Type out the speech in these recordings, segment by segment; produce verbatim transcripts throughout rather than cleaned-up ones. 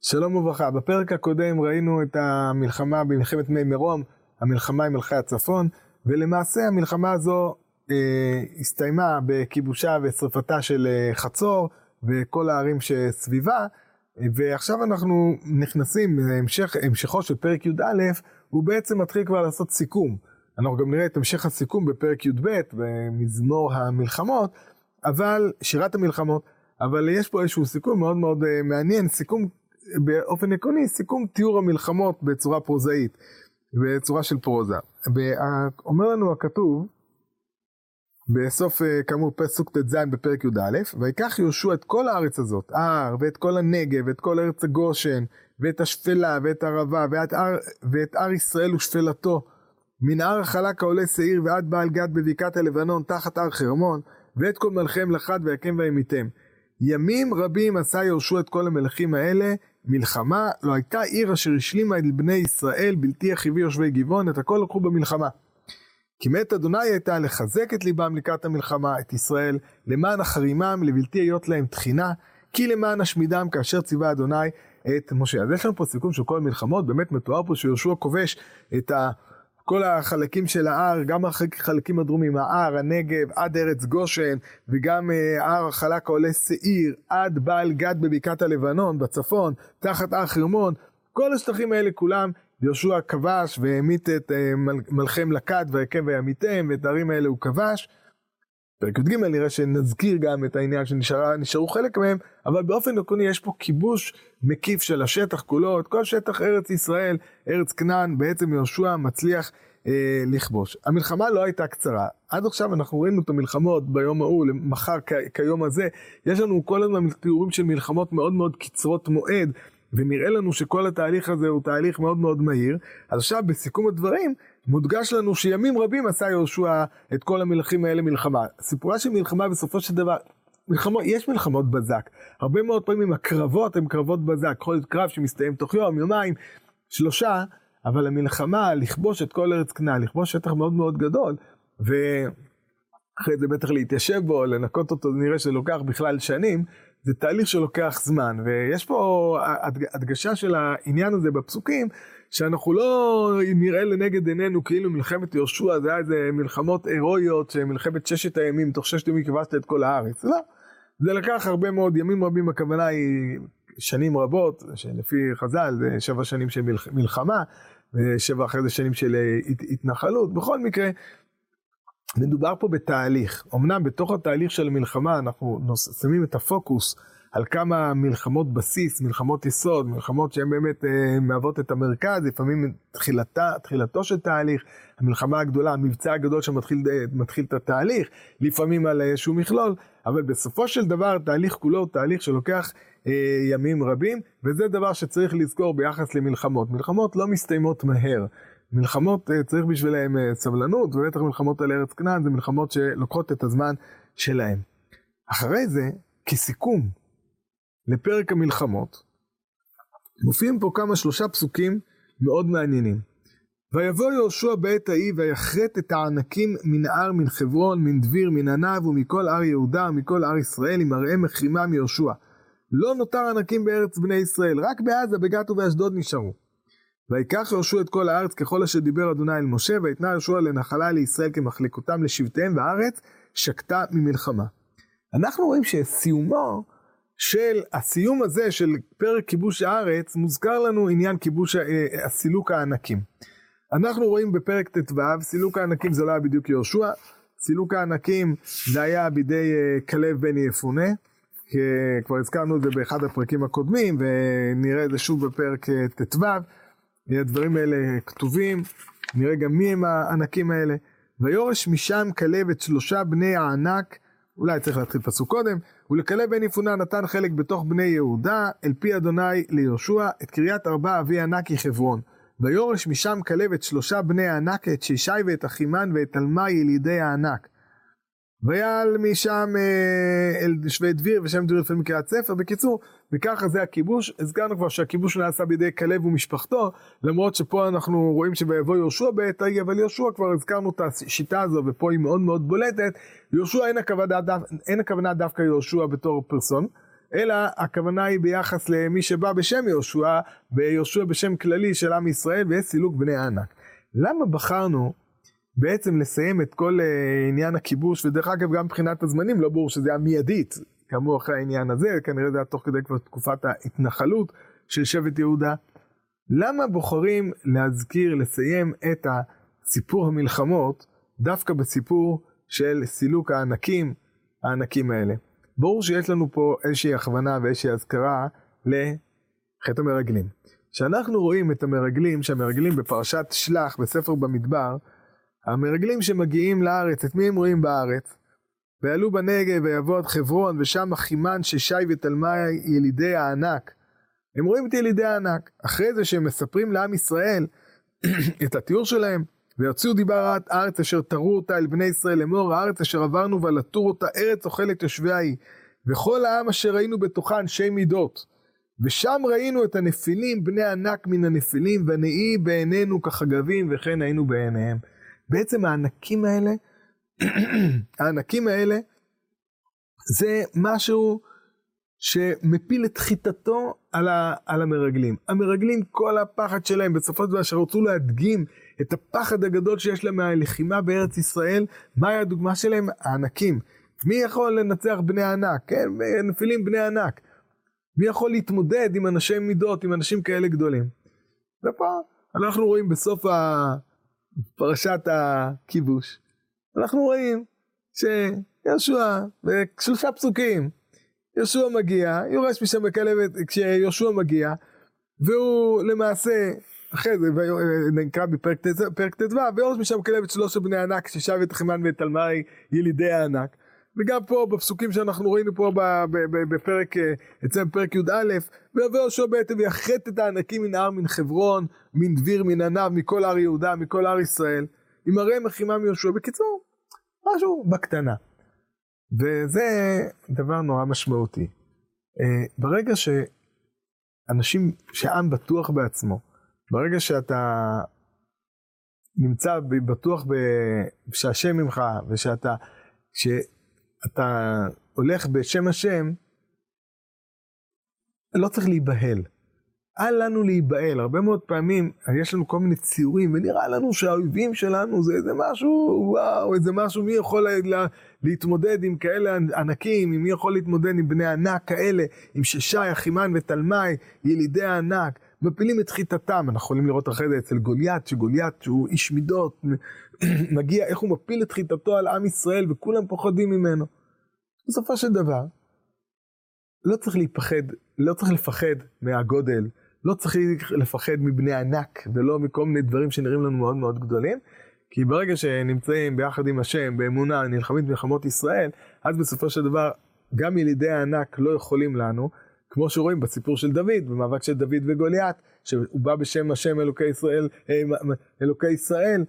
שלום וברכה, בפרק הקודם ראינו את המלחמה במלחמת מי מרום, המלחמה עם מלכי הצפון, ולמעשה המלחמה הזו אה, הסתיימה בכיבושה ושריפתה של אה, חצור וכל הערים שסביבה, ועכשיו אנחנו נכנסים להמשך, המשכו של פרק י"א, הוא בעצם מתחיל כבר לעשות סיכום. אנחנו גם נראה את המשך הסיכום בפרק י"ב, במזמור המלחמות, אבל שירת המלחמות, אבל יש פה איזשהו סיכום מאוד מאוד uh, מעניין, סיכום באופן עקרוני, סיכום תיאור המלחמות בצורה פרוזאית, בצורה של פרוזה. אומר לנו הכתוב, בסוף uh, כאמור פסוק ט"ז בפרק י"א, ויקח יהושע את כל הארץ הזאת, ההר ואת כל הנגב, ואת כל ארץ הגושן, ואת השפלה ואת הערבה, ואת הר, ואת הר ישראל ושפלתו, מן הר החלק העולה שעיר ועד בעל גד בבקעת הלבנון תחת הר חרמון, ואת כל מלכי מלכת ויקם וימיתם. ימים רבים עשה יהושע את כל המלכים האלה מלחמה, לא הייתה עיר אשר השלימה את בני ישראל בלתי יחיבי יושבי גבעון, את הכל לקחו במלחמה. כי מת אדוני הייתה לחזק את ליבם לקראת המלחמה, את ישראל, למען החרימם, לבלתי היות להם תחינה, כי למען השמידם כאשר ציווה אדוני את משה. אז יש לנו פה סיכום של כל המלחמות, באמת מתואר פה שיהושע כובש את ה... כל החלקים של ההר, גם החלקים הדרומים, ההר, הנגב, עד ארץ גושן, וגם ההר החלק העולה שעיר, עד בעל גד בבקעת הלבנון, בצפון, תחת הר חרמון, כל השטחים האלה כולם, יהושע כבש והמית את מלכי מלכת ויקם וימיתם, ואת הערים האלה הוא כבש. פרק י"ג נראה שנזכיר גם את העניין שנשארו חלק מהם, אבל באופן עקרוני יש פה כיבוש מקיף של השטח כולו, את כל שטח ארץ ישראל, ארץ כנען, בעצם יהושע מצליח אה, לכבוש. המלחמה לא הייתה קצרה, עד עכשיו אנחנו ראינו את המלחמות ביום ההוא, מחר כ- כיום הזה, יש לנו כל הזמן תיאורים של מלחמות מאוד מאוד קצרות מועד, ונראה לנו שכל התהליך הזה הוא תהליך מאוד מאוד מהיר. אז עכשיו בסיכום הדברים מודגש לנו שימים רבים עשה יהושע את כל המלכים האלה מלחמה. סיפורה של מלחמה בסופו של דבר, מלחמות, יש מלחמות בזק, הרבה מאוד פעמים הקרבות הן קרבות בזק, יכול להיות קרב שמסתיים תוך יום, יומיים, שלושה, אבל המלחמה לכבוש את כל ארץ כנען, לכבוש שטח מאוד מאוד גדול, ואחרי זה בטח להתיישב בו, לנקות אותו, נראה שלוקח בכלל שנים, זה תהליך שלוקח זמן, ויש פה הדגשה של העניין הזה בפסוקים, שאנחנו לא נראה לנגד עינינו כאילו מלחמת יהושע, זה היה איזה מלחמות הירואיות, שמלחמת ששת הימים, תוך ששת ימים כבשת את כל הארץ. לא, זה לקח הרבה מאוד ימים רבים, הכוונה היא שנים רבות, שלפי חז"ל זה שבע שנים של מלחמה, ושבע אחרי זה שנים של התנחלות. בכל מקרה, מדובר פה בתהליך. אמנם בתוך התהליך של המלחמה אנחנו שמים את הפוקוס על כמה מלחמות בסיס, מלחמות יסוד, מלחמות שהן באמת אה, מהוות את המרכז, לפעמים תחילתה, תחילתו של תהליך, המלחמה הגדולה, המבצע הגדול שמתחיל מתחיל את התהליך, לפעמים על איזשהו מכלול, אבל בסופו של דבר תהליך כולו הוא תהליך שלוקח אה, ימים רבים, וזה דבר שצריך לזכור ביחס למלחמות. מלחמות לא מסתיימות מהר. מלחמות צריך בשבילהם סבלנות, ובטח מלחמות על ארץ כנען זה מלחמות שלוקחות את הזמן שלהם. אחרי זה, כסיכום לפרק המלחמות, מופיעים פה כמה שלושה פסוקים מאוד מעניינים. ויבוא יהושע בעת ההיא ויחרט את הענקים מן ההר, מן חברון, מן דביר, מן ענב ומכל הר יהודה ומכל הר ישראל, עם הראי מחרימה מיהושע. לא נותר ענקים בארץ בני ישראל, רק בעזה, בגת ובאשדוד נשארו. ויקח יהושע את כל הארץ ככל אשר דיבר אדוני אל משה, ויתנה יהושע לנחלה לישראל כמחלקותם לשבטיהם, והארץ שקטה ממלחמה. אנחנו רואים שסיומו של הסיום הזה של פרק כיבוש הארץ, מוזכר לנו עניין כיבוש הסילוק הענקים. אנחנו רואים בפרק ט"ו, סילוק הענקים זה לא היה בדיוק יהושע, סילוק הענקים זה היה בידי כלב בן יפונה, כבר הזכרנו את זה באחד הפרקים הקודמים, ונראה את זה שוב בפרק ט"ו, הדברים האלה כתובים, נראה גם מי הם הענקים האלה. ויורש משם כלב את שלושה בני הענק, אולי צריך להתחיל פסוק קודם, ולכלב בן יפונה נתן חלק בתוך בני יהודה, אל פי אדוני ליהושע, את קריית ארבע אבי ענק היא חברון. ויורש משם כלב את שלושה בני הענק, את שישי ואת אחימן ואת תלמי ילידי הענק. ויעל משם אה, אל שבי דביר, ושם דביר לפעמים קריאת ספר. בקיצור, וככה זה הכיבוש. הזכרנו כבר שהכיבוש נעשה בידי כלב ומשפחתו, למרות שפה אנחנו רואים שביבוא יהושע בעת ההיא, אבל יהושע כבר הזכרנו את השיטה הזו, ופה היא מאוד מאוד בולטת. יהושע אין הכוונה, אין הכוונה דווקא יהושע בתור פרסון, אלא הכוונה היא ביחס למי שבא בשם יהושע, ביהושע בשם כללי של עם ישראל, ויש סילוק בני הענק. למה בחרנו בעצם לסיים את כל עניין הכיבוש, ודרך אגב גם מבחינת הזמנים לא ברור שזה היה מיידית, כאמור אחרי העניין הזה, כנראה זה היה תוך כדי כבר תקופת ההתנחלות של שבט יהודה. למה בוחרים להזכיר, לסיים את הסיפור המלחמות, דווקא בסיפור של סילוק הענקים, הענקים האלה? ברור שיש לנו פה איזושהי הכוונה ואיזושהי הזכרה לחטא המרגלים. כשאנחנו רואים את המרגלים, שהמרגלים בפרשת שלח בספר במדבר, המרגלים שמגיעים לארץ, את מי הם רואים בארץ? ועלו בנגב ויבוא עד חברון, ושם אחימן ששי ותלמי ילידי הענק. הם רואים את ילידי הענק. אחרי זה שהם מספרים לעם ישראל את התיאור שלהם, ויוציאו דיבר הארץ אשר תראו אותה אל בני ישראל לאמור, הארץ אשר עברנו ולתור אותה ארץ אוכלת יושביה היא, וכל העם אשר ראינו בתוכה אנשי מידות. ושם ראינו את הנפילים, בני ענק מן הנפילים, ונהי בעינינו כחגבים, וכן היינו בעיניהם. בעצם הענקים האלה, הענקים האלה, זה משהו שמפיל את חיטתו על, ה, על המרגלים. המרגלים, כל הפחד שלהם, בסופו של דבר, שרצו להדגים את הפחד הגדול שיש להם מהלחימה בארץ ישראל, מהי הדוגמה שלהם? הענקים. מי יכול לנצח בני ענק? כן, נפילים בני ענק. מי יכול להתמודד עם אנשי מידות, עם אנשים כאלה גדולים? ופה אנחנו רואים בסוף פרשת הכיבוש, אנחנו רואים שיהושע, בשלושה פסוקים, יהושע מגיע, יורש משם בכלבת, כשיהושע מגיע, והוא למעשה, אחרי זה, נקרא בפרק ט"ו, ויורש משם בכלבת שלושה בני ענק, ששב את אחימן ואת תלמי ילידי הענק. וגם פה בפסוקים שאנחנו ראינו פה בפרק, אצלם פרק י"א, ויבוא יהושע בעצם ויחת את הענקים מן ההר, מן חברון, מן דביר, מן ענב, מכל הר יהודה, מכל הר ישראל, עם הרי מחימה מיהושע. בקיצור, משהו בקטנה. וזה דבר נורא משמעותי. ברגע שאנשים, שעם בטוח בעצמו, ברגע שאתה נמצא בטוח שהשם ממך, ושאתה, ש... אתה הולך בשם השם, לא צריך להיבהל. אל לנו להיבהל. הרבה מאוד פעמים יש לנו כל מיני ציורים, ונראה לנו שהאויבים שלנו זה איזה משהו, וואו, איזה משהו, מי יכול לה, להתמודד עם כאלה ענקים, מי יכול להתמודד עם בני ענק כאלה, עם ששי, אחימן ותלמי, ילידי הענק, מפילים את חיטתם. אנחנו יכולים לראות אחרי זה אצל גוליית, שגוליית שהוא איש מידות, מגיע, איך הוא מפיל את חיטתו על עם ישראל, וכולם פוחדים ממנו. בסופו של דבר, לא צריך להיפחד, לא צריך לפחד מהגודל, לא צריך לפחד מבני ענק, ולא מכל מיני דברים שנראים לנו מאוד מאוד גדולים, כי ברגע שנמצאים ביחד עם השם, באמונה, נלחמים מלחמות ישראל, אז בסופו של דבר, גם ילידי הענק לא יכולים לנו, כמו שרואים בסיפור של דוד, במאבק של דוד וגוליית, שהוא בא בשם השם אלוקי ישראל, אלוקי ישראל,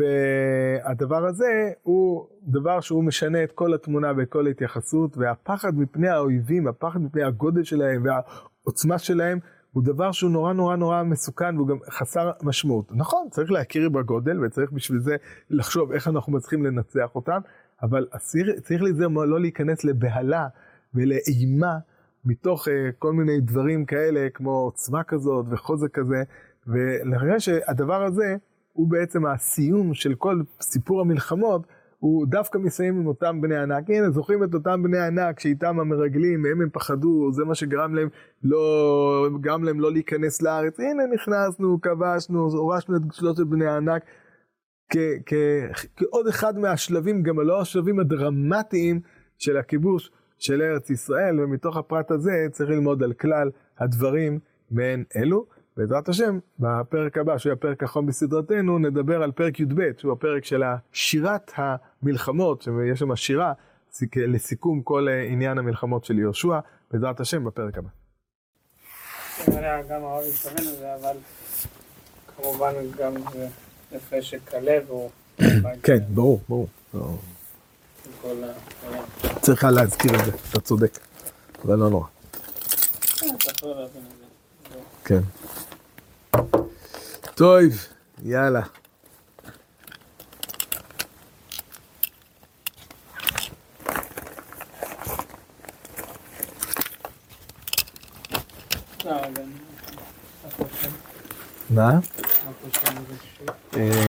והדבר הזה הוא דבר שהוא משנה את כל התמונה ואת כל ההתייחסות, והפחד מפני האויבים, הפחד מפני הגודל שלהם והעוצמה שלהם, הוא דבר שהוא נורא נורא נורא מסוכן, והוא גם חסר משמעות. נכון, צריך להכיר בגודל, וצריך בשביל זה לחשוב איך אנחנו מצליחים לנצח אותם, אבל צריך לזה לא להיכנס לבהלה ולאימה, מתוך uh, כל מיני דברים כאלה, כמו עוצמה כזאת וחוזק כזה, ולראה שהדבר הזה, הוא בעצם הסיום של כל סיפור המלחמות, הוא דווקא מסיים עם אותם בני ענק. הנה, זוכרים את אותם בני ענק שאיתם המרגלים, הם הם פחדו, זה מה שגרם להם לא, גרם להם לא להיכנס לארץ. הנה נכנסנו, כבשנו, הורשנו את שלושת בני הענק, כ- כ- כעוד אחד מהשלבים, גם לא השלבים הדרמטיים של הכיבוש של ארץ ישראל, ומתוך הפרט הזה צריך ללמוד על כלל הדברים מעין אלו. בעזרת השם, בפרק הבא, שהוא הפרק האחרון בסדרתנו, נדבר על פרק י"ב, שהוא הפרק של שירת המלחמות, שיש שם שירה לסיכום כל עניין המלחמות של יהושע, בעזרת השם בפרק הבא. גם הרב התכוון לזה, אבל כמובן גם יפה שכלב הוא... כן, ברור, ברור. צריכה להזכיר את זה, אתה צודק, אבל לא נורא. כן. טוב, יאללה. שר גם. מה? מה חושב על זה?